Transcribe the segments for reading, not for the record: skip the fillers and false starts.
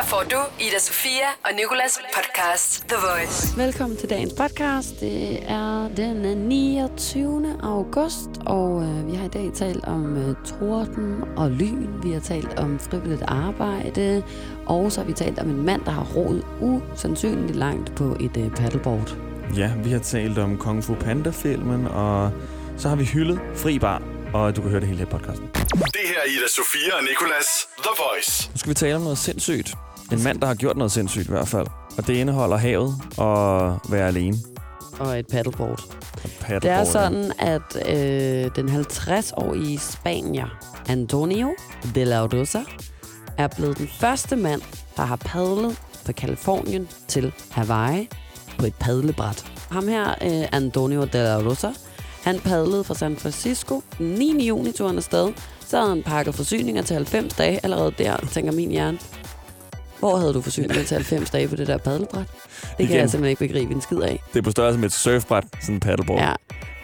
Her får du Ida Sofia og Nicolas podcast The Voice. Velkommen til dagens podcast. Det er den 29. august, og vi har i dag talt om torden og lyn. Vi har talt om frivilligt arbejde, og så har vi talt om en mand, der har roet usandsynligt langt på et paddleboard. Ja, vi har talt om Kung Fu Panda-filmen, og så har vi hyldet fri bar, og du kan høre det hele her i podcasten. Det her er Ida Sofia og Nicolas The Voice. Nu skal vi tale om noget sindssygt. En mand, der har gjort noget sindssygt i hvert fald. Og det indeholder havet og være alene. Og et paddleboard. Det er sådan, at den 50-årige spanier Antonio de la Rosa er blevet den første mand, der har padlet fra Californien til Hawaii på et padlebræt. Ham her, Antonio de la Rosa, han padlede fra San Francisco den 9. juni tog han afsted. Så havde han pakket forsyninger til 90 dage allerede der, tænker min hjerne. Hvor havde du forsyninger til 90 dage på det der paddelbræt? Det kan jeg simpelthen ikke begribe en skid af. Det er på størrelse med et surfbræt, sådan en paddleboard.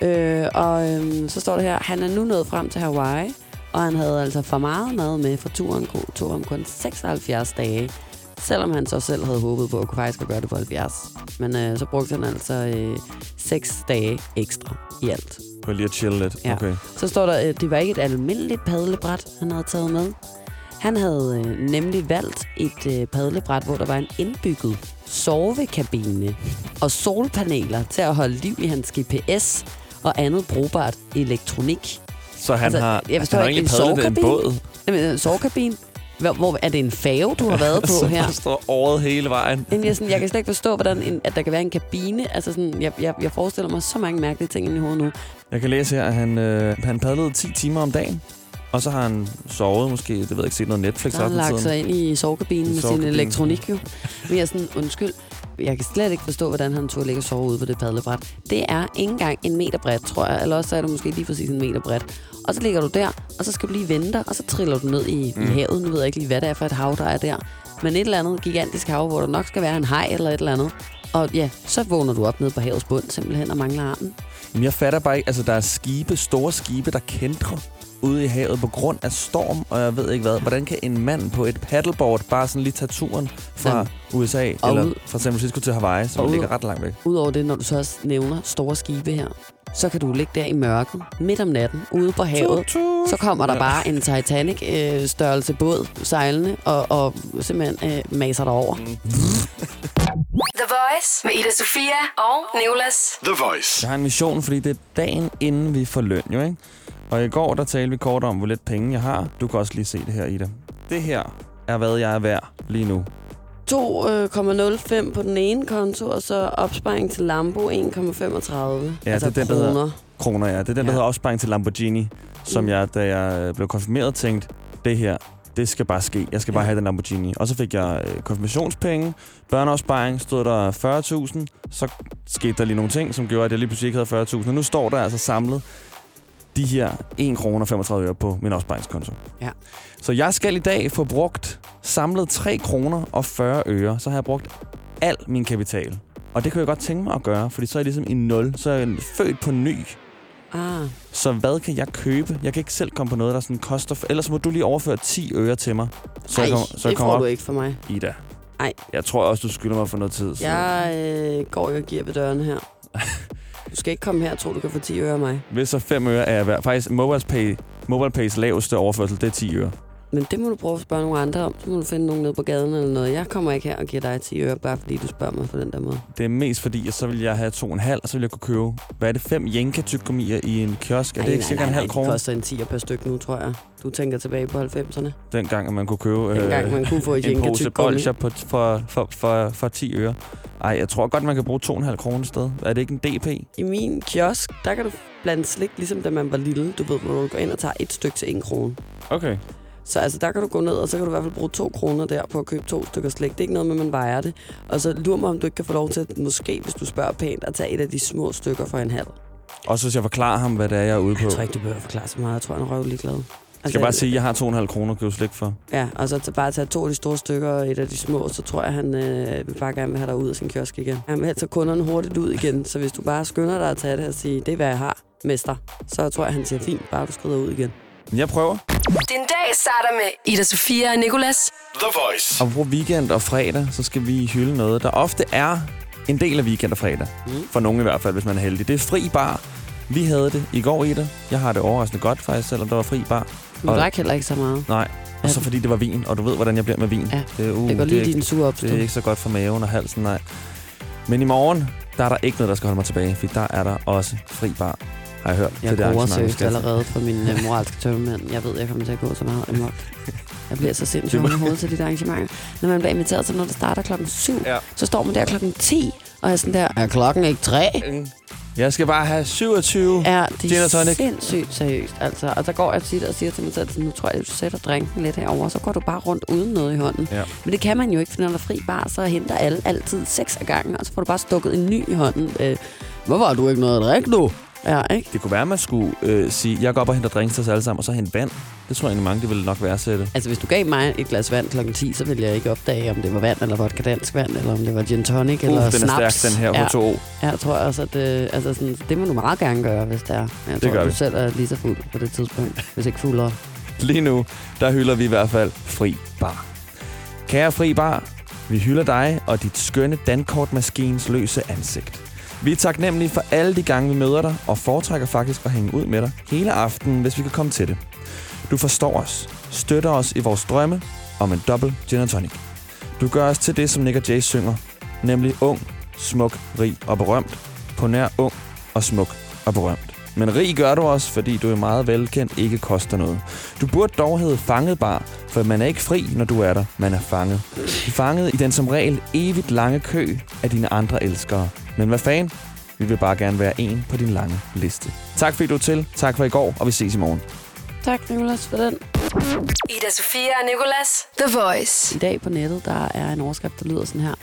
Ja, så står det her, han er nu nået frem til Hawaii, og han havde altså for meget mad med, for turen tog ham kun 76 dage. Selvom han så selv havde håbet på at kunne faktisk gøre det på 70. Men så brugte han altså 6 dage ekstra i alt. For lige at chille lidt. Ja. Okay. Så står der, det var ikke et almindeligt padlebræt, han havde taget med. Han havde nemlig valgt et padlebræt, hvor der var en indbygget sovekabine og solpaneler til at holde liv i hans GPS og andet brugbart elektronik. Så han har egentlig padlet en båd? Jamen, en sovekabine. Hvor er det en færge, du har været på her? Så står året hele vejen. Jeg kan slet ikke forstå, hvordan at der kan være en kabine. Altså sådan, jeg forestiller mig så mange mærkelige ting i hovedet nu. Jeg kan læse her, at han padlede 10 timer om dagen. Og så har han sovet måske, det ved jeg ikke, set noget Netflix. Så har han lagt sig ind i sovekabinen med sin elektronik jo. Men jeg er sådan, undskyld, jeg kan slet ikke forstå, hvordan han turde ligge og sove ude på det padlebræt. Det er ikke engang en meter bredt, tror jeg. Eller også er det måske lige præcis en meter bredt. Og så ligger du der, og så skal du lige vente, og så triller du ned i havet. Nu ved jeg ikke lige, hvad det er for et hav, der er der. Men et eller andet gigantisk hav, hvor der nok skal være en haj eller et eller andet. Og ja, så vågner du op nede på havets bund simpelthen og mangler armen. Men jeg fatter bare ikke, altså der er skibe, store skibe, der kæntrer ude i havet på grund af storm, og jeg ved ikke hvad. Hvordan kan en mand på et paddleboard bare sådan lige tage turen fra USA eller fra San Francisco til Hawaii, som ligger ret langt væk? Udover det, når du så også nævner store skibe her, så kan du ligge der i mørket, midt om natten, ude på havet. Så kommer der bare en Titanic-størrelse båd sejlende, og simpelthen maser dig over. The Voice med Ida Sofia og Nicolas. The Voice. Jeg har en mission, fordi det er dagen inden vi får løn, jo ikke? Og i går, der talte vi kort om, hvor lidt penge jeg har. Du kan også lige se det her, Ida. Det her er, hvad jeg er værd lige nu. 2,05 på den ene konto, og så opsparing til Lambo 1,35. Ja, altså det er den, kroner. Der hedder kroner, ja. Det er den, der hedder opsparing til Lamborghini, som jeg, da jeg blev konfirmeret, tænkte, det her, det skal bare ske. Jeg skal bare have den Lamborghini. Og så fik jeg konfirmationspenge, børneopsparing, stod der 40.000. Så skete der lige nogle ting, som gjorde, at jeg lige pludselig ikke havde 40.000. Og nu står der altså samlet de her 1 kroner 35 øre på min opsparingskonto. Ja. Så jeg skal i dag få brugt samlet 3 kroner og 40 øre. Så har jeg brugt al min kapital. Og det kan jeg godt tænke mig at gøre, fordi så er jeg ligesom i 0. Så er jeg født på ny. Så hvad kan jeg købe? Jeg kan ikke selv komme på noget, der sådan koster. Ellers må du lige overføre 10 øre til mig. Så det får du ikke for mig. Ida. Nej. Jeg tror også, du skylder mig for noget tid. Så. Jeg går og giver ved døren her. Du skal ikke komme her og tro, du kan få 10 øre af mig. Hvis så 5 øre er jeg værd. Faktisk MobilePays laveste overførsel, det er 10 øre. Men det må du prøve at spørge nogle andre om. Så må du finde nogen nede på gaden eller noget. Jeg kommer ikke her og giver dig 10 øre, bare fordi du spørger mig på den der måde. Det er mest fordi, at så vil jeg have 2,5, og så vil jeg kunne købe, hvad er det, 5 Jenka-tykkomier i en kiosk? Er det ikke cirka en halv krone? Det koster en 10 per stykke nu, tror jeg. Du tænker tilbage på 90'erne. Dengang, at man kunne købe man kunne få en pose bolcher for 10 øre. Ej, jeg tror godt, man kan bruge 2,5 kroner et sted. Er det ikke en DP? I min kiosk, der kan du blande slik, ligesom da man var lille. Du ved, hvor du går ind og tager et stykke til 1 krone. Okay. Så altså, der kan du gå ned, og så kan du i hvert fald bruge 2 kroner der på at købe 2 stykker slik. Det er ikke noget med, man vejer det. Og så lurer mig, om du ikke kan få lov til, at måske, hvis du spørger pænt, at tage et af de små stykker for en halv. Også hvis jeg forklarer ham, hvad det er, jeg er ude på. Jeg tror ikke, du behøver forklare så meget. Jeg tror, han er røvlig glad. Jeg skal bare sige, at jeg har 2,5 kroner at købe slik for. Ja, og så bare tage 2 af de store stykker og et af de små, så tror jeg, han vil bare gerne vil have dig ud af sin kiosk igen. Han vil helst tage kunderne hurtigt ud igen, så hvis du bare skynder dig at tage det og sige, det er, hvad jeg har, mester, så tror jeg, han siger, fint, bare du skrider ud igen. Jeg prøver. Din dag starter med Ida Sofia og Nicolas. The Voice. Og på weekend og fredag, så skal vi hylde noget, der ofte er en del af weekend og fredag. For nogen i hvert fald, hvis man er heldig. Det er fri bar. Vi havde det i går, Ida. Jeg har det overraskende godt faktisk, selvom der var fri bar. Du drak heller ikke så meget. Nej. Og så fordi det var vin, og du ved, hvordan jeg bliver med vin. Ja, det går lige din sure opstød. Det er ikke så godt for maven og halsen, nej. Men i morgen, der er der ikke noget, der skal holde mig tilbage, for der er der også fri bar, har jeg hørt. Jeg går oversøgt allerede fra min moralske tømmemand. Jeg ved, jeg kommer til at gå så meget amok. Jeg bliver så sindssygt i hovedet til dit arrangement. Når man bliver inviteret til noget, der starter 7:00, så står man der 10:00, og er sådan der, er klokken ikke 3? Jeg skal bare have 27 det er sindssygt seriøst, altså. Og der går jeg tit og siger til mig selv, nu tror jeg, at du sætter drinken lidt herover, så går du bare rundt uden noget i hånden. Ja. Men det kan man jo ikke, for når der er fri bar, så henter alle altid 6 af gangen, og så får du bare stukket en ny i hånden. Hvorfor har du ikke noget at drikke nu? Ja, ikke? Det kunne være, at man skulle sige, jeg går op og henter drinks til os alle sammen, og så hente vand. Det tror jeg egentlig mange, de ville nok værdsætte. Altså, hvis du gav mig et glas vand 10:00, så ville jeg ikke opdage, om det var vand, eller vodka dansk vand, eller om det var gin tonic, eller den snaps. Den er stærk, den her H2O. Ja, jeg tror også, at altså sådan, det må du meget gerne gøre, hvis det er. Jeg tror, du selv er lige så fuld på det tidspunkt, hvis ikke fuldere. Lige nu, der hylder vi i hvert fald fri bar. Kære fri bar, vi hylder dig og dit skønne dankortmaskines løse ansigt. Vi er taknemmelige for alle de gange, vi møder dig, og foretrækker faktisk at hænge ud med dig hele aftenen, hvis vi kan komme til det. Du forstår os, støtter os i vores drømme om en dobbelt gin and tonic. Du gør os til det, som Nick og Jay synger, nemlig ung, smuk, rig og berømt. På nær ung og smuk og berømt. Men rig gør du også, fordi du er meget velkendt, ikke koster noget. Du burde dog hedde fanget bar, for man er ikke fri, når du er der. Man er fanget. Fanget i den som regel evigt lange kø af dine andre elskere. Men hvad fanden? Vi vil bare gerne være en på din lange liste. Tak fordi du er til. Tak for i går, og vi ses i morgen. Tak, Nicolas, for den. Ida Sofia og Nicolas. The Voice. I dag på nettet, der er en overskrift, der lyder sådan her.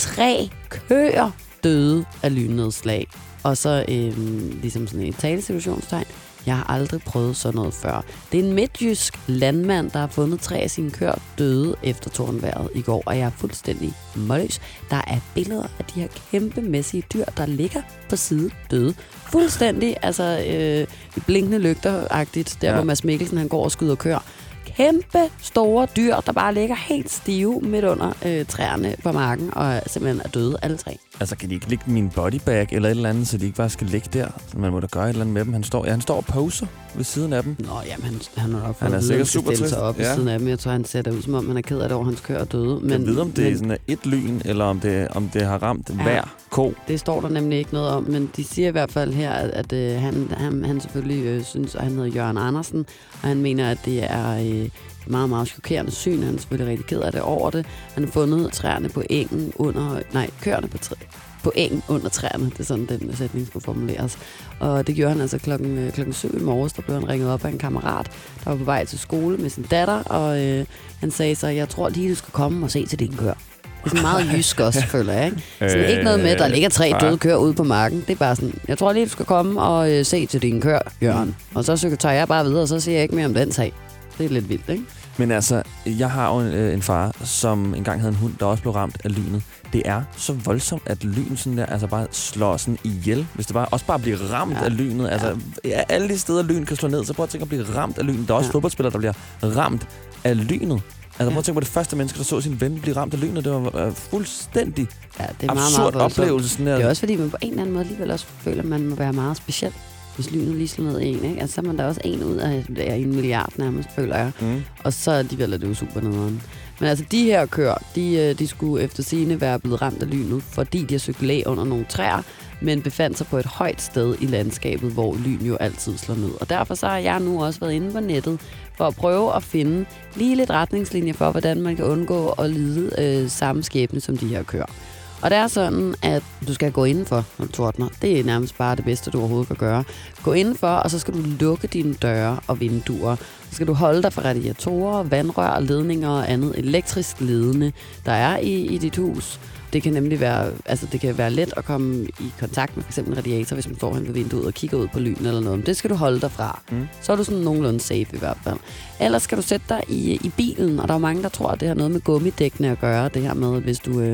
3 køer døde af lynnedslag. Og så ligesom sådan et talesituationstegn. Jeg har aldrig prøvet sådan noget før. Det er en midtjysk landmand, der har fundet 3 af sine køer døde efter tordenvejret i går, og jeg er fuldstændig målløs. Der er billeder af de her kæmpemæssige dyr, der ligger på side døde. Fuldstændig, altså blinkende lygter-agtigt, der hvor Mads Mikkelsen han går og skyder køer. Kæmpe store dyr, der bare ligger helt stive midt under træerne på marken, og simpelthen er døde alle 3. Altså, kan de ikke ligge min bodybag eller et eller andet, så de ikke bare skal ligge der? Man må da gøre et eller andet med dem. Han står og poser ved siden af dem. Nå, jamen, han har nok fået at vide, at stille sig op ved siden af dem. Jeg tror, han ser det ud, som om han er ked af det over, hans køer er døde. Men, jeg ved, om det er sådan et lyn, eller om det har ramt hver ko. Det står der nemlig ikke noget om, men de siger i hvert fald her, at han selvfølgelig synes, at han hedder Jørgen Andersen, og han mener, at det er meget, meget chokerende syn. Han er selvfølgelig rigtig ked af det over det. Han har fundet træerne på engen køerne på engen under træerne. Det er sådan, den sætning skulle formuleres. Og det gjorde han altså klokken 7 i morges. Der blev han ringet op af en kammerat, der var på vej til skole med sin datter, og han sagde så, jeg tror lige, du skal komme og se til din kør. Det er sådan meget jysk også, føler jeg, ikke? Så ikke noget med, at der ligger 3 døde køer ude på marken. Det er bare sådan, jeg tror lige, du skal komme og se til din kør, Jørgen. Og så tager jeg bare videre, og så siger jeg ikke mere om den sag. Det er lidt vildt, ikke? Men altså, jeg har jo en far, som engang havde en hund, der også blev ramt af lynet. Det er så voldsomt, at lyn sådan der, altså bare slår sådan ihjel. Hvis det også bare bliver ramt af lynet. Altså, alle de steder, lyn kan slå ned, så prøv at tænke at blive ramt af lynet. Der er også fodboldspillere, der bliver ramt af lynet. Altså, prøv at tænke på det første menneske, der så sin ven blive ramt af lynet. Det var fuldstændig absurd oplevelse. Sådan der. Det er også fordi, man på en eller anden måde alligevel også føler, at man må være meget speciel. Hvis lynet lige slår ned en, ikke? Altså, så er man da også en ud af 1 milliard nærmest, føler jeg. Og så alligevel er det jo super nederen. Men altså, de her køer, de skulle efter sigende være blevet ramt af lynet, fordi de har søgt læ under nogle træer, men befandt sig på et højt sted i landskabet, hvor lyn jo altid slår ned. Og derfor så har jeg nu også været inde på nettet for at prøve at finde lige lidt retningslinjer for, hvordan man kan undgå at lide samme skæbne som de her køer. Og det er sådan, at du skal gå indenfor, når du tordner. Det er nærmest bare det bedste, du overhovedet kan gøre. Gå indenfor, og så skal du lukke dine døre og vinduer. Så skal du holde dig fra radiatorer, vandrør, ledninger og andet elektrisk ledende, der er i dit hus. Det kan nemlig være, det kan være let at komme i kontakt med f.eks. en radiator, hvis man står hen ved vinduet og kigger ud på lyn eller noget. Men det skal du holde dig fra. Så er du sådan nogenlunde safe i hvert fald. Ellers skal du sætte dig i bilen, og der er mange, der tror, at det har noget med gummidækkene at gøre. Det her med, at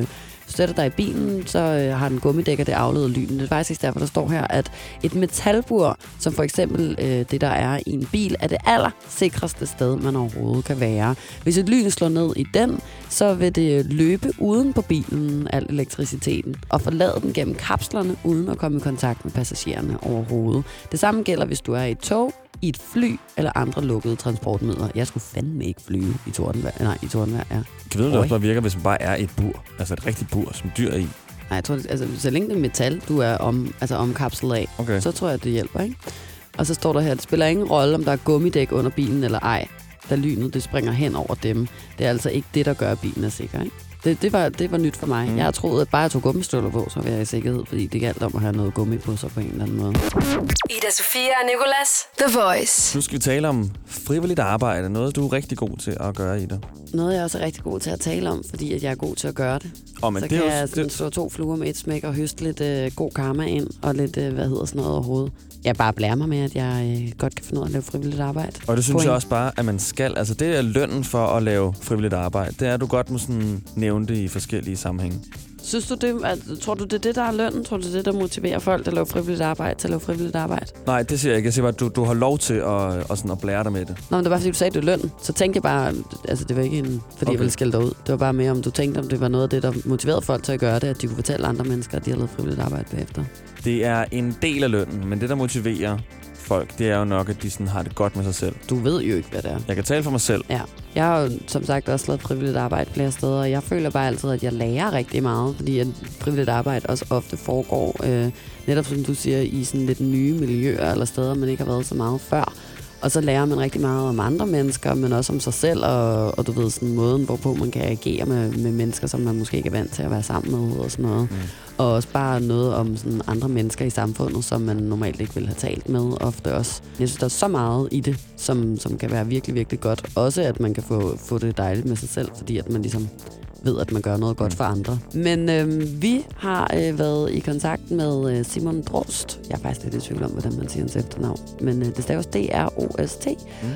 Hvis du sætter dig i bilen, så har den gummidæk, og det afleder lyden. Det er faktisk derfor, der står her, at et metalbur, som for eksempel det, der er i en bil, er det allersikreste sted, man overhovedet kan være. Hvis et lyn slår ned i den, så vil det løbe uden på bilen, al elektriciteten, og forlade den gennem kapslerne, uden at komme i kontakt med passagererne overhovedet. Det samme gælder, hvis du er i et tog, i et fly eller andre lukkede transportmidler. Jeg skulle fandme ikke flyve i tordenvejr. Nej, i tordenvejr, ja. Kan du det også bare virker, hvis man bare er et bur? Altså et rigtigt bur, som dyr er i? Nej, jeg tror, altså, så længe det er metal, du er omkapslet af, okay. Så tror jeg, det hjælper, ikke? Og så står der her, det spiller ingen rolle, om der er gummidæk under bilen eller ej, da lynet det springer hen over dem. Det er altså ikke det, der gør, at bilen er sikker, ikke? Det var nyt for mig. Jeg troede, at bare jeg tog gummistøvler på, så var jeg i sikkerhed, fordi det galt om at have noget gummi på sig på en eller anden måde. Ida Sofia og Nicolas, The Voice. Nu skal vi tale om frivilligt arbejde. Noget, du er rigtig god til at gøre, Ida. Noget, jeg også er rigtig god til at tale om, fordi at jeg er god til at gøre det. Men så det kan jeg sådan slå 2 fluer med et smæk og høste lidt god karma ind, og lidt, sådan noget overhovedet. Jeg bare blærer mig med, at jeg godt kan finde ud af at lave frivilligt arbejde. Og det synes jeg også bare, at man skal. Altså det er lønnen for at lave frivilligt arbejde. Det er, du godt må sådan nævne det i forskellige sammenhænge. Synes du det? Tror du, det er det, der er lønnen? Tror du, det er det, der motiverer folk, der laver frivilligt arbejde, til at lave frivilligt arbejde? Nej, det siger jeg ikke. Jeg siger bare, at du har lov til at blære dig med det. Nå, men det var fordi, du sagde, det er løn. Så tænkte jeg bare, altså det var ikke fordi jeg ville skælde dig ud. Det var bare mere, om du tænkte, om det var noget af det, der motiverede folk til at gøre det, at de kunne fortælle andre mennesker, at de har lavet frivilligt arbejde bagefter. Det er en del af lønnen, men det, der motiverer folk, det er jo nok, at de sådan har det godt med sig selv. Du ved jo ikke, hvad det er. Jeg kan tale for mig selv. Ja. Jeg har jo som sagt også lavet frivilligt arbejde flere steder, og jeg føler bare altid, at jeg lærer rigtig meget, fordi at frivilligt arbejde også ofte foregår, netop som du siger, i sådan lidt nye miljøer eller steder, man ikke har været så meget før. Og så lærer man rigtig meget om andre mennesker, men også om sig selv, og du ved, sådan måden, hvorpå man kan agere med mennesker, som man måske ikke er vant til at være sammen med, og sådan noget. Og også bare noget om sådan andre mennesker i samfundet, som man normalt ikke ville have talt med ofte også. Jeg synes, der er så meget i det, som kan være virkelig, virkelig godt. Også at man kan få det dejligt med sig selv, fordi at man ligesom ved, at man gør noget godt for andre. Men vi har været i kontakt med Simon Drost. Jeg er faktisk lidt i tvivl om, hvordan man siger hans efternavn. Men det staves D-R-O-S-T.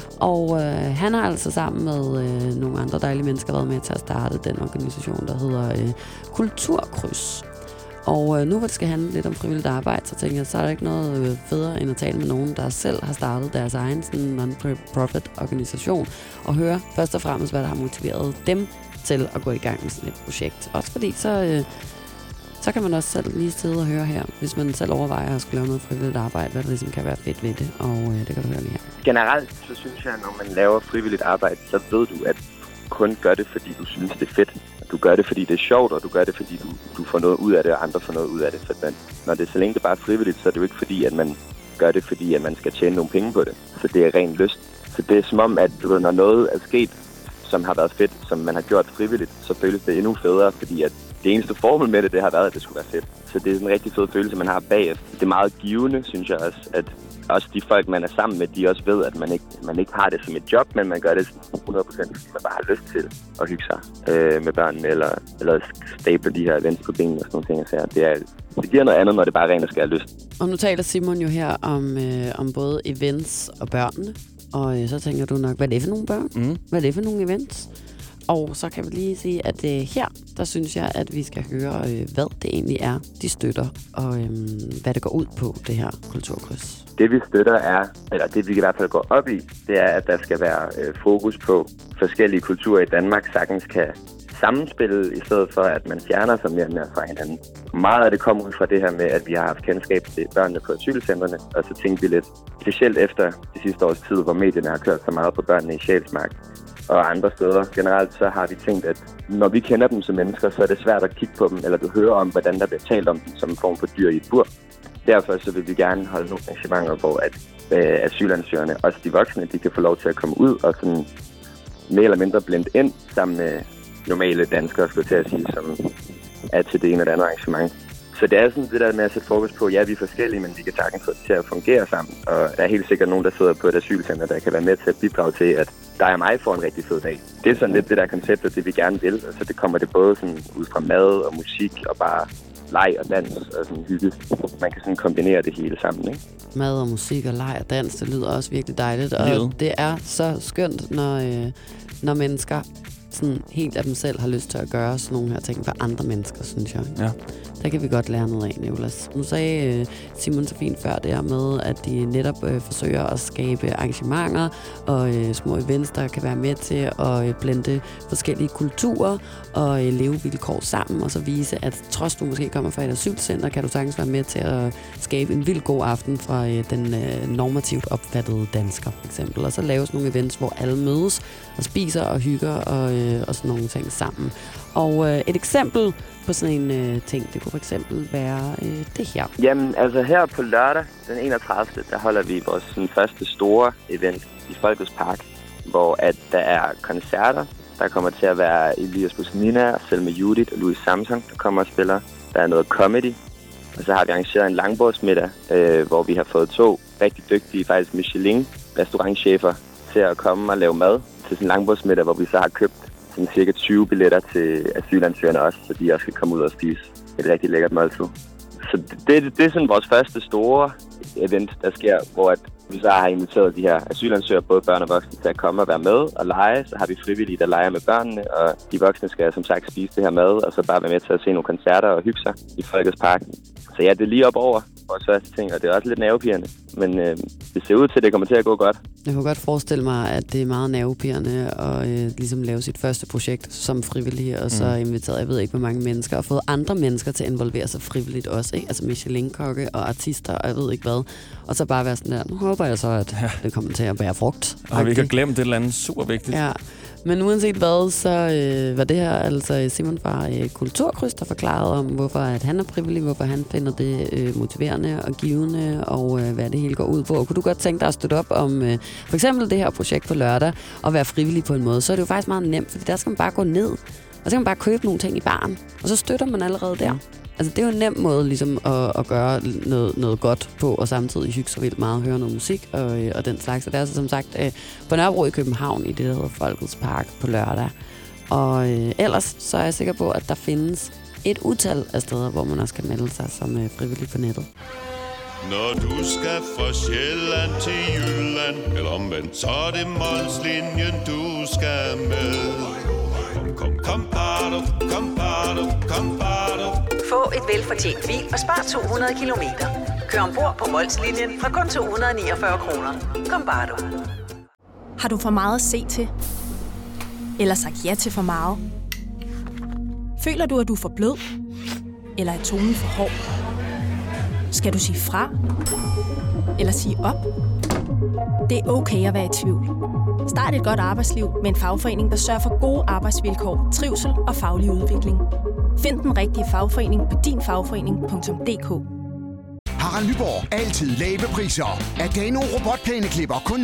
Og han har altså sammen med nogle andre dejlige mennesker været med til at starte den organisation, der hedder Kulturkryds. Og nu hvor det skal handle lidt om frivilligt arbejde, så tænker jeg, så er der ikke noget federe end at tale med nogen, der selv har startet deres egen non-profit organisation, og høre først og fremmest, hvad der har motiveret dem til at gå i gang med sådan et projekt. Også fordi, så kan man også selv lige sidde og høre her, hvis man selv overvejer at skulle lave noget frivilligt arbejde, hvad der ligesom kan være fedt ved det, og det kan du høre lige her. Generelt, så synes jeg, når man laver frivilligt arbejde, så ved du, at du kun gør det, fordi du synes, det er fedt. Du gør det, fordi det er sjovt, og du gør det, fordi du får noget ud af det, og andre får noget ud af det. For når det så længe det bare er frivilligt, så er det jo ikke fordi, at man gør det, fordi at man skal tjene nogle penge på det. Så det er ren lyst. Så det er som om, at når noget er sket, som har været fedt, som man har gjort frivilligt, så føles det endnu federe, fordi at det eneste formål med det har været, at det skulle være fedt. Så det er en rigtig fed følelse, man har bagefter. Det er meget givende, synes jeg også, at også de folk, man er sammen med, de også ved, at man ikke har det som et job, men man gør det 100%, fordi man bare har lyst til at hygge sig med børnene, eller stable de her events på benene og sådan nogle ting. Det giver noget andet, når det bare er rent og skal have lyst. Og nu taler Simon jo her om både events og børnene, og så tænker du nok, hvad er det for nogle børn? Hvad er det for nogle events? Og så kan vi lige sige, at her, der synes jeg, at vi skal høre, hvad det egentlig er, de støtter, og hvad det går ud på, det her kulturkryds. Det vi støtter er, eller det vi i hvert fald går op i, det er, at der skal være fokus på forskellige kulturer i Danmark, sagtens kan sammenspille, i stedet for, at man fjerner sig mere og mere fra hinanden. Meget af det kommer ud fra det her med, at vi har haft kendskab til børnene på asylcentrene, og så tænkte vi lidt, specielt efter de sidste års tid, hvor medierne har kørt så meget på børnene i Sjælsmark og andre steder. Generelt så har vi tænkt, at når vi kender dem som mennesker, så er det svært at kigge på dem, eller du hører om, hvordan der bliver talt om dem som en form for dyr i et bur. Derfor så vil vi gerne holde nogle arrangementer, hvor at asylansøgerne, også de voksne, de kan få lov til at komme ud og sådan mere eller mindre blende ind sammen med normale danskere, skulle jeg til at sige, som er til det ene eller andet arrangement. Så det er sådan det der med at sætte fokus på, ja, vi er forskellige, men vi kan sagtens få det til at fungere sammen. Og der er helt sikkert nogen, der sidder på et asylcenter, der kan være med til at bidrage til, at der og mig får en rigtig fed dag. Det er sådan lidt det der koncept, og det vi gerne vil. Så det kommer det både sådan ud fra mad og musik og bare leg og dans og sådan hygge. Man kan sådan kombinere det hele sammen, ikke? Mad og musik og leg og dans, det lyder også virkelig dejligt. Og det er så skønt, når mennesker sådan helt af dem selv har lyst til at gøre sådan nogle her ting for andre mennesker, synes jeg. Ja. Der kan vi godt lære noget af, Nicolas. Nu sagde Simon så fint før det her med, at de netop forsøger at skabe arrangementer og små events, der kan være med til at blende forskellige kulturer og levevilkår sammen, og så vise, at trods du måske kommer fra et asylcenter, kan du sagtens være med til at skabe en vild god aften fra den normativt opfattede dansker, for eksempel. Og så laves nogle events, hvor alle mødes og spiser og hygger og sådan nogle ting sammen. Og et eksempel på sådan en ting, det kunne for eksempel være det her. Jamen, altså her på lørdag, den 31. der holder vi vores sådan, første store event i Folkets Park, hvor at der er koncerter. Der kommer til at være Elias Busnina, Selma Judith og Louis Samson, der kommer og spiller. Der er noget comedy. Og så har vi arrangeret en langbordsmiddag, hvor vi har fået 2 rigtig dygtige, faktisk Michelin-restaurantchefer til at komme og lave mad til sådan en langbordsmiddag, hvor vi så har købt sådan cirka 20 billetter til asylansøgerne også, så de også kan komme ud og spise et rigtig lækkert måltid. Så det er sådan vores første store event, der sker, hvor at vi så har inviteret de her asylansøgere, både børn og voksne, til at komme og være med og lege. Så har vi frivillige, der leger med børnene, og de voksne skal som sagt spise det her mad, og så bare være med til at se nogle koncerter og hygge sig i Folkets Park. Så ja, det er lige op over vores første ting, og det er også lidt nervepirrende. Men det ser ud til, at det kommer til at gå godt. Jeg kunne godt forestille mig, at det er meget nervepirrende at ligesom lave sit første projekt som frivillig, og så inviteret, jeg ved ikke, hvor mange mennesker, og fået andre mennesker til at involvere sig frivilligt også, ikke? Altså Michelin-kokke og artister, og jeg ved ikke hvad. Og så bare være sådan der, nu håber jeg så, at det kommer til at bære frugt. Og vi kan glemme det eller andet super vigtigt. Ja. Men uanset hvad, så var det her altså Simon fra Kulturkryds, der forklarede om, hvorfor at han er frivillig, hvorfor han finder det motiverende og givende, og hvad det hele går ud på. Og kunne du godt tænke dig at støtte op om for eksempel det her projekt på lørdag, og være frivillig på en måde, så er det jo faktisk meget nemt, fordi der skal man bare gå ned, og så kan man bare købe nogle ting i baren, og så støtter man allerede der. Altså, det er jo en nem måde ligesom, at gøre noget godt på, og samtidig hygge sig vildt meget og høre noget musik og den slags. Og det er altså som sagt på Nørrebro i København i det, der hedder Folkets Park på lørdag. Og ellers så er jeg sikker på, at der findes et utal af steder, hvor man også kan melde sig som frivillig på nettet. Når du skal fra Sjælland til Jylland, eller omvendt, så er det Molslinjen, du skal med. Kom, bado, kom, bado, kom, bado. Få et velfortjent bil og spar 200 kilometer. Kør ombord på Molslinjen fra kun 249 kroner. Kom, bado. Har du for meget at se til? Eller sagt ja til for meget? Føler du, at du er for blød? Eller er tonen for hård? Skal du sige fra? Eller sige op? Det er okay at være i tvivl. Start et godt arbejdsliv med en fagforening, der sørger for gode arbejdsvilkår, trivsel og faglig udvikling. Find den rigtige fagforening på dinfagforening.dk. Harald Nyborg. Altid lave priser. Adano robotplæneklipper kun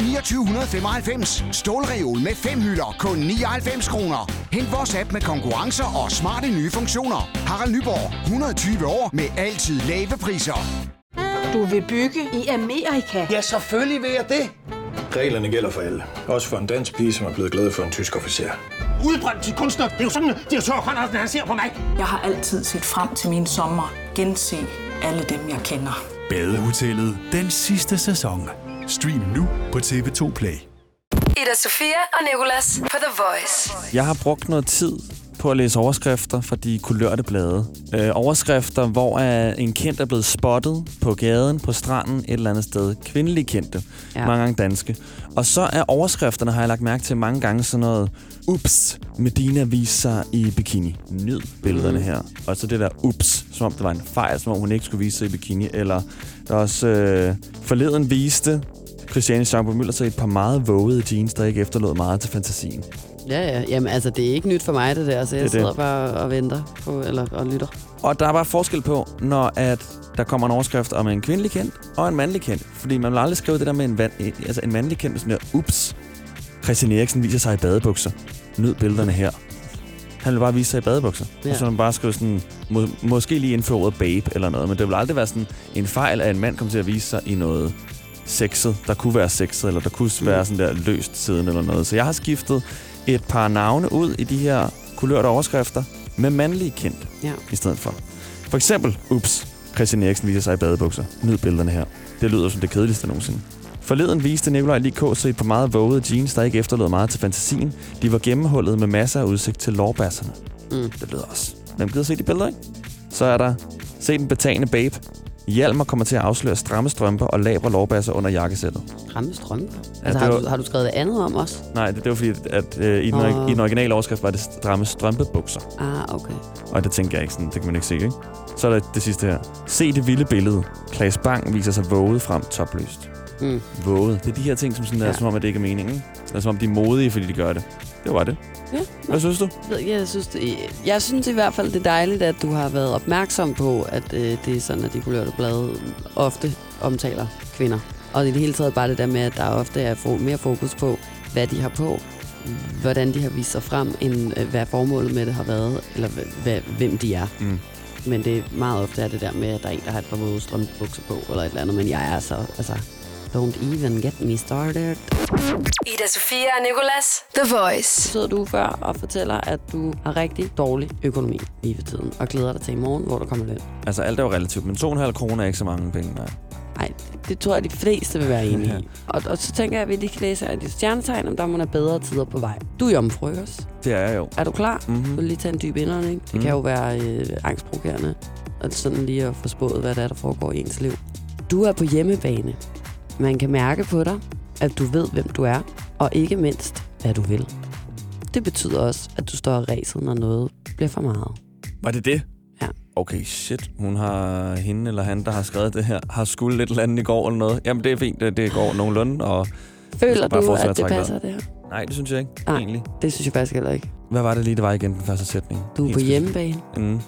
2995. Stålreol med 5 hylder kun 99 kroner. Hent vores app med konkurrencer og smarte nye funktioner. Harald Nyborg. 120 år med altid lave priser. Du vil bygge i Amerika? Ja, selvfølgelig vil jeg det. Reglerne gælder for alle. Også for en dansk pige, som er blevet glad for en tysk officer. Udbrændt til kunstner. Det er jo sådan, at direktør Conradsen, han ser på mig. Jeg har altid set frem til min sommer. Gense alle dem, jeg kender. Badehotellet. Den sidste sæson. Stream nu på TV2 Play. Ida Sofia og Nicolas på The Voice. Jeg har brugt noget tid på at læse overskrifter fra de kulørte blade. Overskrifter, hvor en kendt er blevet spottet på gaden, på stranden, et eller andet sted. Kvindelige kendte. Ja. Mange gange danske. Og så er overskrifterne, har jeg lagt mærke til mange gange, sådan noget: ups, Medina viser sig i bikini. Nyd billederne her. Og så det der ups, som om det var en fejl, som om hun ikke skulle vise sig i bikini. Eller der også forleden viste Christiane Schaumburg-Müller sig et par meget vågede jeans, der ikke efterlod meget til fantasien. Ja. Jamen, altså, det er ikke nyt for mig, det der. Så jeg sidder bare og venter på, og lytter. Og der er bare forskel på, når at der kommer en overskrift om en kvindelig kendt og en mandlig kendt. Fordi man vil aldrig skrive det der med en mandlig kendt, sådan der: ups, Christian Eriksen viser sig i badebukser. Nyd billederne her. Han vil bare vise sig i badebukser. Ja. Og så vil man bare skrive sådan, måske lige indføre ordet babe eller noget. Men det vil aldrig være sådan en fejl, at en mand kommer til at vise sig i noget sexet. Der kunne være sexet, eller der kunne være sådan der løst siden eller noget. Så jeg har skiftet et par navne ud i de her kulørte overskrifter med mandlige kendt i stedet for. For eksempel, ups, Christian Eriksen viser sig i badebukser. Nyd billederne her. Det lyder som det kedeligste nogensinde. Forleden viste Nikolaj lige KC et par meget vågede jeans, der ikke efterlod meget til fantasien. De var gennemhullet med masser af udsigt til lårbasserne. Det lyder også. Hvem gider se de billeder, ikke? Så er der se den betagende babe. Hjalmar kommer til at afsløre stramme strømper og labre lårbasser under jakkesættet. Stramme strømper? Altså, har du skrevet det andet om os? Nej, det var fordi, at i den originale overskrift var det stramme strømpebukser. Okay. Og det tænker jeg ikke sådan, det kan man ikke se, ikke? Så er der det sidste her. Se det vilde billede. Claes Bang viser sig våget frem topløst. Våget. Det er de her ting, som sådan er, som om, at det ikke er meningen. Det er som om, de er modige, fordi de gør det. Det var det. Ja. Hvad synes du? Jeg synes i hvert fald, det er dejligt, at du har været opmærksom på, at det er sådan, at de kulørte blade ofte omtaler kvinder. Og i det hele taget bare det der med, at der ofte er mere fokus på, hvad de har på, hvordan de har vist sig frem, end hvad formålet med det har været, eller hvem de er. Men det er meget ofte er det der med, at der er en, der har et par våde strømpebukser på, eller et eller andet, men jeg er så, don't even get me started. Ida Sofia og Nicolas, The Voice. Sidder du før og fortæller, at du har rigtig dårlig økonomi lige for tiden, og glæder dig til i morgen, hvor der kommer løn. Altså alt er jo relativt, men 2,5 kroner er ikke så mange penge. Nej, det tror jeg, de fleste vil være enige i. Og så tænker jeg, at vi lige kan læse af dit stjernetegn, om der må være bedre tider på vej. Du er jomfru også. Det er jeg jo. Er du klar? Du vil lige tage en dyb indånding. Det kan jo være angstprovokerende, og sådan lige at få spået, hvad der foregår i ens liv. Du er på hjemmebane. Man kan mærke på dig, at du ved, hvem du er, og ikke mindst, hvad du vil. Det betyder også, at du står ræset, når noget bliver for meget. Var det det? Ja. Okay, shit. Hun har hende eller han, der har skrevet det her, har skulle lidt andet i går eller noget. Jamen, det er fint. Det går nogenlunde. Og føler du, at det passer det her? Nej, det synes jeg ikke, egentlig. Det synes jeg faktisk heller ikke. Hvad var det lige, det var igen den første sætning? Du er på hjemmebane.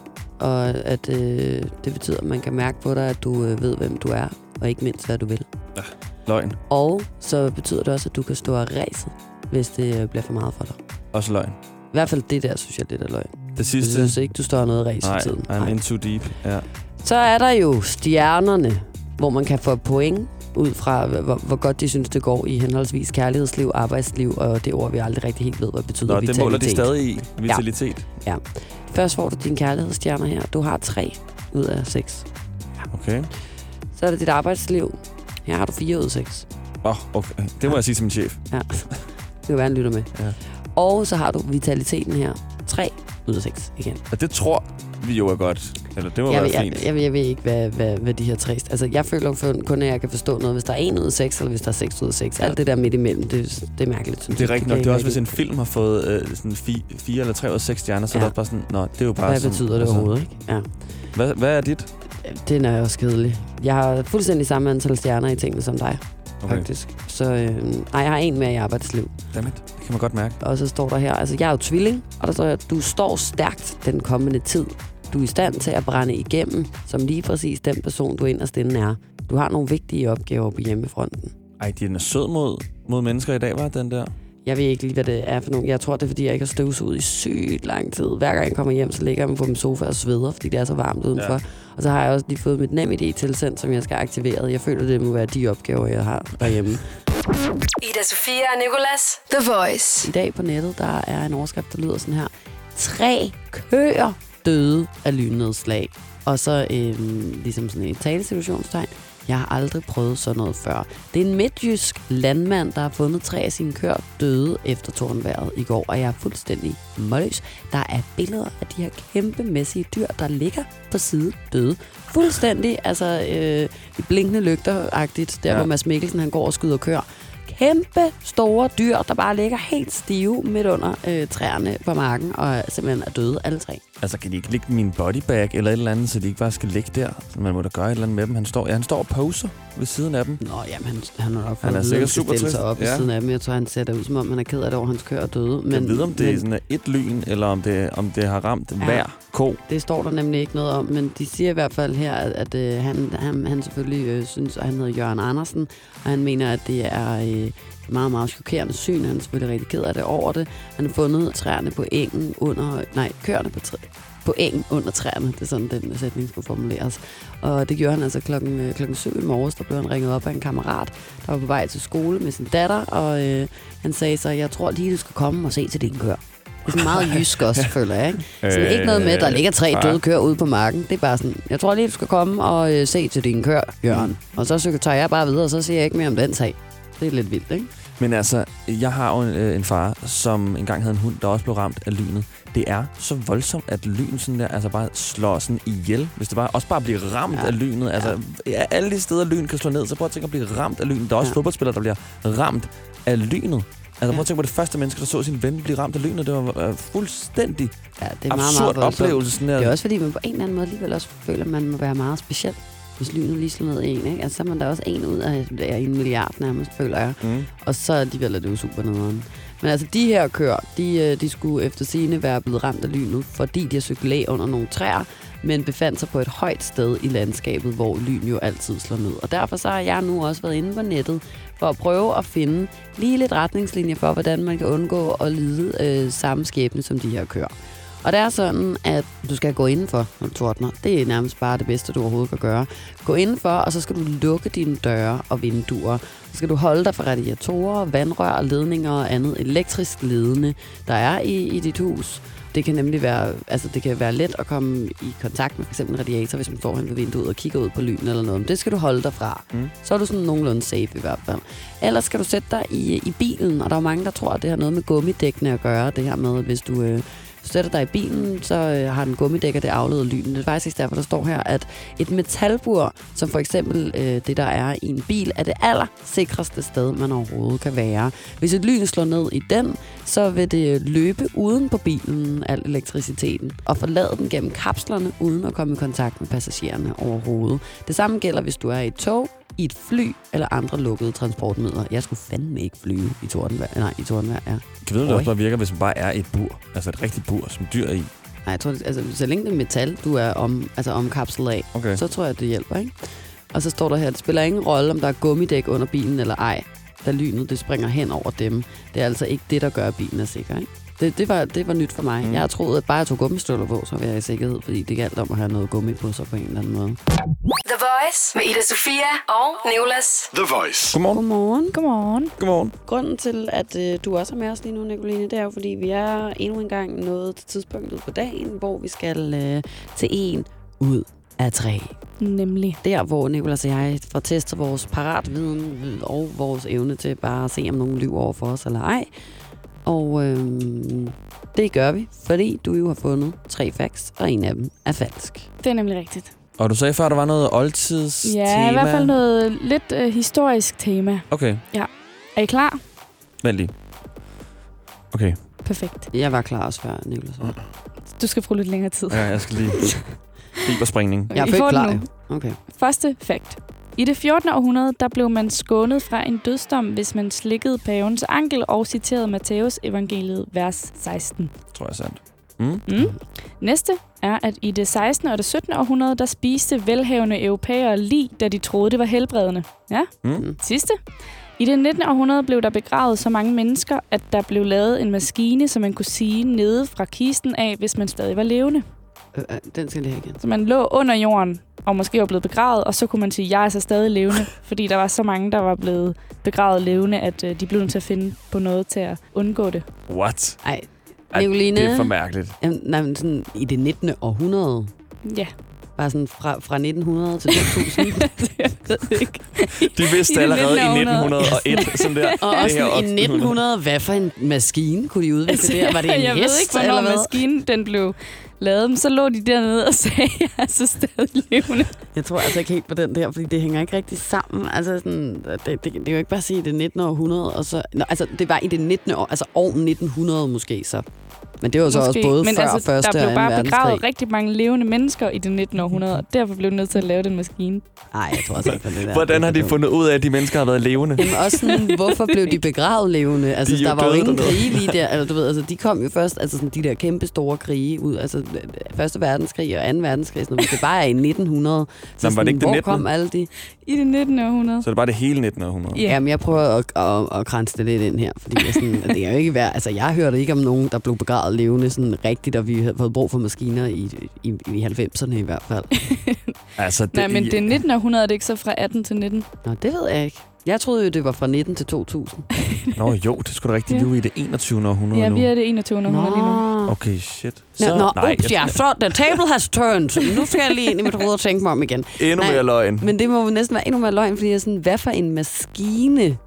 Og at det betyder, at man kan mærke på dig, at du ved, hvem du er, og ikke mindst, hvad du vil. Ja, løgn. Og så betyder det også, at du kan stå og ræse, hvis det bliver for meget for dig. Også løgn. I hvert fald det der, synes jeg, det er løgn. Det sidste? Jeg synes ikke, du står noget ræs i tiden. Nej, I'm in too deep. Ja. Så er der jo stjernerne, hvor man kan få point ud fra, hvor godt de synes, det går i henholdsvis kærlighedsliv, arbejdsliv, og det ord, vi aldrig rigtig helt ved, hvad betyder vitalitet. Det måler de stadig i. Vitalitet. Ja. Først får du dine kærlighedsstjerner her. Du har 3 ud af 6. Okay. Så er det dit arbejdsliv. Her har du 4 ud af 6. Okay. Det må jeg sige til min chef. Ja. Det kan være, han lytter med. Ja. Og så har du vitaliteten her. 3 ud af 6 igen. Og det tror vi jo er godt. Eller det må være fint. Jeg ved ikke, hvad de her 3... Altså, jeg føler kun, at jeg kan forstå noget, hvis der er 1 ud af 6, eller hvis der er 6 ud af 6. Ja. Alt det der midt imellem, det er mærkeligt, synes jeg. Det er rigtigt nok. Det er også, hvis en film har fået sådan 4 eller 3 ud af 6 stjerner, så er det bare sådan... Nå, det er jo bare hvad sådan... Hvad betyder det overhovedet, ikke? Ja. Hvad er dit? Den er også kedelig. Jeg har fuldstændig samme antal stjerner i tingene som dig, faktisk. Så jeg har 1 mere i arbejdsliv. Dammit, det kan man godt mærke. Og så står der her, altså jeg er jo tvilling, og der står her, du står stærkt den kommende tid. Du er i stand til at brænde igennem, som lige præcis den person, du inderst inde er. Du har nogle vigtige opgaver på hjemmefronten. Ej, den er sød mod mennesker i dag, var den der? Jeg ved ikke lige, hvad det er for nogle. Jeg tror, det er, fordi jeg ikke har støvsuget i sygt lang tid. Hver gang jeg kommer hjem, så ligger jeg på min sofa og sveder, fordi det er så varmt udenfor. Ja. Og så har jeg også lige fået mit NemID tilsendt, som jeg skal aktivere. Jeg føler, det må være de opgaver, jeg har derhjemme. Ida Sofia og Nicolas, The Voice. I dag på nettet, der er en overskrift, der lyder sådan her. 3 køer døde af lynnedslag. Og så ligesom sådan et talesituationstegn. Jeg har aldrig prøvet sådan noget før. Det er en midtjysk landmand, der har fundet 3 af sine køer døde efter tordenvejret i går, og jeg er fuldstændig målløs. Der er billeder af de her kæmpemæssige dyr, der ligger på side døde. Fuldstændig, altså i blinkende lygter-agtigt, der hvor Mads Mikkelsen han går og skyder køer. Kæmpe store dyr, der bare ligger helt stive midt under træerne på marken, og simpelthen er døde alle 3. Altså, kan de ikke ligge i min bodybag eller et eller andet, så de ikke bare skal ligge der? Så man må da gøre et eller andet med dem. Han står og poser ved siden af dem. Nå, jamen, han har nok fået sikkert super stille sig op ved siden af dem. Jeg tror, han ser ud, som om han er ked af det over, hans køer er døde. Men jeg ved, om det er sådan et lyn, eller om det har ramt hver ko. Det står der nemlig ikke noget om, men de siger i hvert fald her, at han selvfølgelig synes, at han hedder Jørgen Andersen, og han mener, at det er meget, meget chokerende syn. Han er selvfølgelig rigtig ked af det over det. Han har fundet træerne på engen køerne på engen under træerne. Det er sådan, den sætning skulle formuleres. Og det gjorde han altså klokken 7 i morges. Der blev han ringet op af en kammerat, der var på vej til skole med sin datter, og han sagde så, jeg tror lige, du skal komme og se til din kør. Det er sådan meget jysk også, føler jeg, ikke? Sådan ikke noget med, at der ligger 3 døde køer ude på marken. Det er bare sådan, jeg tror lige, du skal komme og se til din kør, Jørgen. Og så tager jeg bare videre, og så siger jeg ikke mere om den sag. Det er lidt vildt, ikke? Men altså, jeg har jo en far, som engang havde en hund, der også blev ramt af lynet. Det er så voldsomt, at lyn sådan der, altså bare slår sådan ihjel. Hvis det bare også bare bliver ramt af lynet. Altså, alle de steder, lyn kan slå ned, så prøv at tænke at blive ramt af lynet. Der er også fodboldspillere, der bliver ramt af lynet. Altså prøv at tænke på det første menneske, der så sin ven blive ramt af lynet. Det var fuldstændig det er absurd meget oplevelse. Sådan der. Det er også fordi, man på en eller anden måde alligevel også føler, at man må være meget speciel, hvis lynet lige slår ned i en, ikke? Altså, så er man da også en ud af 1 milliard nærmest, føler jeg. Og så alligevel er det jo super nederen. Men altså, de her køer, de skulle efter sigende være blevet ramt af lynet, fordi de har søgt læ under nogle træer, men befandt sig på et højt sted i landskabet, hvor lyn jo altid slår ned. Og derfor så har jeg nu også været inde på nettet for at prøve at finde lige lidt retningslinjer for, hvordan man kan undgå at lide samme skæbne som de her køer. Og det er sådan, at du skal gå indenfor, når du tordner. Det er nærmest bare det bedste, du overhovedet kan gøre. Gå indenfor, og så skal du lukke dine døre og vinduer. Så skal du holde dig fra radiatorer, vandrør, ledninger og andet elektrisk ledende, der er i dit hus. Det kan nemlig være, altså det kan være let at komme i kontakt med f.eks. en radiator, hvis man står hen ved vinduet og kigger ud på lynet eller noget. Men det skal du holde dig fra. Så er du sådan nogenlunde safe i hvert fald. Ellers skal du sætte dig i bilen, og der er mange, der tror, at det har noget med gummidækkene at gøre. Det her med, hvis du sætter dig i bilen, så har den gummidækker, det afleder lyden. Det er faktisk ikke derfor, der står her, at et metalbur, som for eksempel det, der er i en bil, er det allersikreste sted, man overhovedet kan være. Hvis et lyn slår ned i den, så vil det løbe uden på bilen, al elektriciteten, og forlade den gennem kapslerne, uden at komme i kontakt med passagererne overhovedet. Det samme gælder, hvis du er i et tog, i et fly eller andre lukkede transportmidler. Jeg skulle fandme ikke flyve i tordenvejr. Nej, i tordenvejr, ja. Kan du vide, det også bare virker, hvis man bare er i et bur? Altså et rigtigt bur, som dyr er i? Nej, jeg tror, altså, så længe det er metal, du er omkapslet af, så tror jeg, det hjælper, ikke? Og så står der her, det spiller ingen rolle, om der er gummidæk under bilen eller ej, da lynet det springer hen over dem. Det er altså ikke det, der gør, at bilen er sikker, ikke? Det var nyt for mig. Jeg troede, at bare jeg tog gummistøvler på, så var jeg i sikkerhed, fordi det galt om at have noget gummi på sig på en eller anden måde. The Voice med Ida Sofia og Nicolas. The Voice. Godmorgen. Godmorgen. Grunden til, at du også er med os lige nu, Nicoline, det er jo, fordi vi er endnu en gang nået til tidspunktet på dagen, hvor vi skal til 1 ud af 3. Nemlig. Der, hvor Nicolas og jeg får testet vores paratviden og vores evne til bare at se, om nogen lyver over for os eller ej. Og det gør vi, fordi du jo har fundet 3 facts, og en af dem er falsk. Det er nemlig rigtigt. Og du sagde før, der var noget oldtidstema. Ja, i hvert fald noget lidt historisk tema. Okay. Ja. Er I klar? Vent lige. Okay. Perfekt. Jeg var klar også før, Nicolas. Du skal bruge lidt længere tid. Ja, jeg skal lige fiberspringning. Jeg er ikke klar. Okay. Første fact. I det 14. århundrede, der blev man skånet fra en dødsdom, hvis man slikkede pavens ankel og citerede Matthæus evangeliet, vers 16. Tror jeg er sandt. Næste er, at i det 16. og det 17. århundrede, der spiste velhavende europæere lig, da de troede, det var helbredende. Ja. Sidste. I det 19. århundrede blev der begravet så mange mennesker, at der blev lavet en maskine, som man kunne sige nede fra kisten af, hvis man stadig var levende. Den skal jeg lige igen. Så man lå under jorden, og måske var blevet begravet, og så kunne man sige, jeg er så stadig levende, fordi der var så mange, der var blevet begravet levende, at de blev nødt til at finde på noget til at undgå det. What? Ej, Nicoline, det er for mærkeligt. Nej, men sådan i det 19. århundrede. Ja. Bare sådan fra 1900 til 2000. Jeg ved ikke. De vidste allerede i 1901. Sådan der. Og også i 1900, hvad for en maskine kunne de udvikle der? Var det en jeg hest, ved ikke, hvornår eller hvad? maskinen den blev lavet, men så lå de dernede og sagde, jeg er så stadig levende. Jeg tror altså ikke helt på den der, fordi det hænger ikke rigtig sammen. Altså sådan, det kan jo ikke bare sige, det 19. århundrede, og så... altså, det var i det 19. år, altså år 1900 måske så. Men det var så også både før og første og anden verdenskrig. Der blev bare begravet rigtig mange levende mennesker i det 19. århundrede, og derfor blev de nødt til at lave den maskine. Nej, jeg tror også ikke på det der. Hvordan har de fundet ud af, at de mennesker har været levende? Jamen også sådan, hvorfor blev de begravet levende? Altså, der var jo ingen krige lige der. Altså, du ved, altså, de kom jo først, altså sådan de der kæmpe store krige ud. Altså, første verdenskrig og anden verdenskrig. Sådan, det bare er i 1900. Så sådan, var det ikke det 19? Hvor kom alle de? I det 19. århundrede. Så det er bare det hele 19. århundrede? Yeah. Jamen, jeg prøver at kranse det lidt ind her. Fordi jeg, sådan, det er jo ikke værd. Altså, jeg hørte ikke om nogen, der blev begravet levende sådan rigtigt, og vi havde fået brug for maskiner i 90'erne i hvert fald. Altså, det, nej, men det 19. århundrede, er det ikke så fra 18 til 19? Nå, det ved jeg ikke. Jeg troede jo, det var fra 19 til 2000. Nå jo, det skulle da rigtigt. Vi er i det 21. århundrede nu. Ja, vi er det 21. århundrede lige nu. Okay, shit. Så, så the table has turned. Nu skal jeg lige ind i mit hoved og tænke mig om igen. Endnu mere løgn. Men det må næsten være endnu mere løgn, fordi jeg er sådan, hvad for en maskine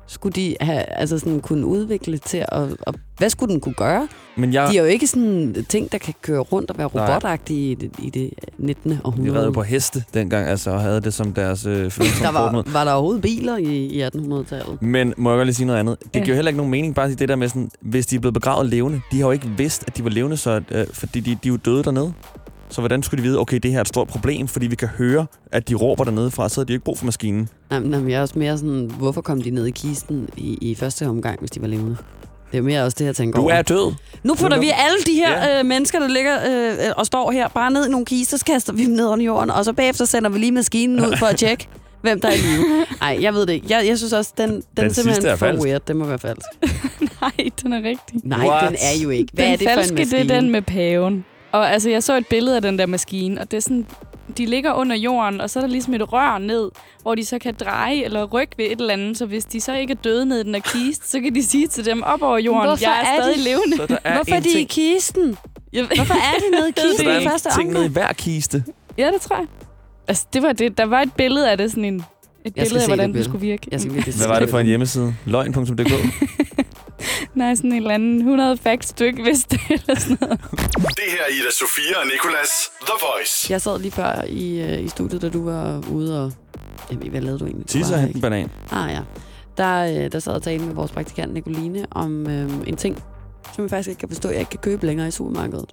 skulle de have, altså sådan, kunne udvikle til, og hvad skulle den kunne gøre? Men De er jo ikke sådan ting, der kan køre rundt og være robotagtige i det 19. århundrede. De red på heste dengang, altså, og havde det som deres var der overhovedet biler i 1800-tallet? Men må jeg godt lige sige noget andet? Det giver heller ikke nogen mening, bare det der med sådan, hvis de er blevet begravet levende. De har jo ikke vidst, at de var levende, så, fordi de er jo døde dernede. Så hvordan skulle de vide, okay, det her er et stort problem, fordi vi kan høre, at de råber dernede fra, så havde de ikke brug for maskinen. Nej, jeg er også mere sådan, hvorfor kom de ned i kisten i første omgang, hvis de var levende? Det er jo mere også det, jeg tænker over. Du er død. Nu putter vi alle de her mennesker, der ligger og står her, bare ned i nogle kister, så kaster vi dem ned under jorden, og så bagefter sender vi lige maskinen ud for at tjekke, hvem der er i live. Nej, jeg ved det ikke. Jeg synes også, den simpelthen for weird. Det må være falsk. Nej, den er rigtig. Nej, den er jo ikke. Hvad er det for en maskine? Det er den med paven. Og altså, jeg så et billede af den der maskine, og det er sådan, de ligger under jorden, og så er der ligesom et rør ned, hvor de så kan dreje eller rykke ved et eller andet, så hvis de så ikke er døde ned i den her kiste, så kan de sige til dem op over jorden, hvorfor jeg er stadig levende. Hvorfor er de i kisten? Hvorfor er de nede i kisten i første omgang? Ting nede i hver kiste. Ja, det tror jeg. Altså, det var det. Der var et billede af det, sådan et billede af, hvordan den skulle virke. Hvad var det for en hjemmeside? Løgn.dk? Nej, sådan en eller anden 100 facts-stykke, hvis det eller sådan noget. Det her er Ida Sofia og Nicolas, The Voice. Jeg sad lige før i studiet, da du var ude og... Jamen, hvad lavede du egentlig? Tisse og hente en banan. Ja. Der sad og talte med vores praktikant Nicoline om en ting, som jeg faktisk ikke kan forstå, jeg ikke kan købe længere i supermarkedet.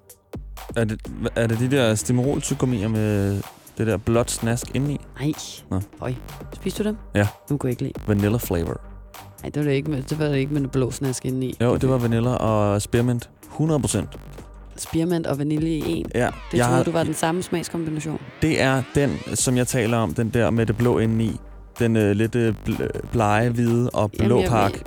Er det de der Stimorol-tygummier med det der blåt snask indeni? Nej. Høj. Spiste du dem? Ja. Nu kunne jeg ikke lide. Vanilla flavor. Nej, det var det ikke med det blå snask indeni. Jo, det var vanilla og spearmint. 100%. Spearmint og vanilje i en? Ja. Det troede du var den samme smagskombination? Det er den, som jeg taler om, den der med det blå indeni. Den lidt blege, hvide og blå pakke.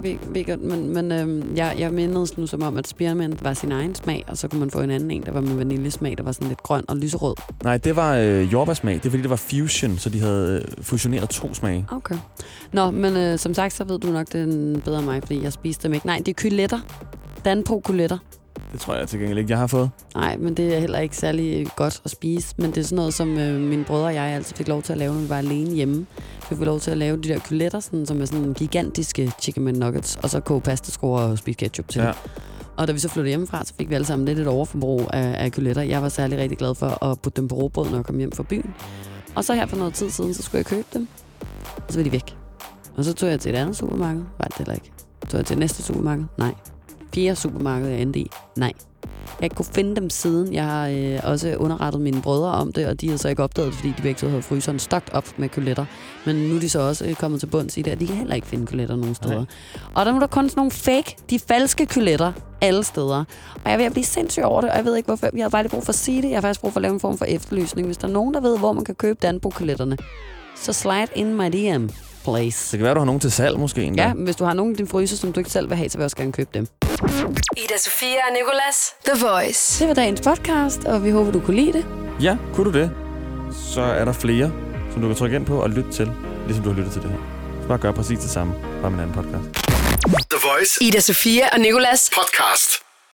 Jeg mindede nu som om, at spearmint var sin egen smag, og så kunne man få en anden en, der var med vaniljesmag, der var sådan lidt grøn og lyserød. Nej, det var jordbærsmag. Det er fordi, det var fusion, så de havde fusioneret 2 smage. Okay. Nå, men som sagt, så ved du nok den bedre end mig, fordi jeg spiste dem ikke. Nej, det er kyletter. Danbro-kyletter. Det tror jeg til gengæld ikke, jeg har fået. Nej, men det er heller ikke særlig godt at spise. Men det er sådan noget, som mine brødre og jeg altid fik lov til at lave, når vi var alene hjemme. Vi fik lov til at lave de der kyletter, sådan, som er sådan gigantiske chicken nuggets, og så koge pastaskruer og spise ketchup til. Ja. Og da vi så flyttede hjemmefra, så fik vi alle sammen lidt et overforbrug af kyletter. Jeg var særlig rigtig glad for at putte dem på rugbrød, når jeg kom hjem fra byen. Og så her for noget tid siden, så skulle jeg købe dem. Og så var de væk. Og så tog jeg til et andet supermarked. Var det heller ikke. Tog jeg til næste supermarked? Nej. 4 supermarkeder, jeg endte i. Nej. Jeg ikke kunne finde dem siden. Jeg har også underrettet mine brødre om det, og de havde så ikke opdaget det, fordi de begge havde fryseren stokt op med kyletter. Men nu er de så også kommet til bunds i det, at de kan heller ikke finde kyletter nogen steder. Nej. Og der må der kun sådan nogle fake, de falske kyletter alle steder. Og jeg er ved at blive sindssyg over det, og jeg ved ikke hvorfor. Jeg har bare lige brug for at sige det. Jeg har faktisk brug for at lave en form for efterlysning. Hvis der er nogen, der ved, hvor man kan købe Danbro-kyletterne, så slide in my DM. Place. Det kan være, du har nogen til salg måske endda. Ja, hvis du har nogen i din fryser, som du ikke selv vil have, så vil jeg også gerne købe dem. Ida Sofia og Nicolas, The Voice. Det var dagens podcast, og vi håber, du kunne lide det. Ja, kunne du det? Så er der flere, som du kan trykke ind på og lytte til, ligesom du har lyttet til det her. Så bare gør præcis det samme, bare med en anden podcast. The Voice. Ida Sofia og Nicolas. Podcast.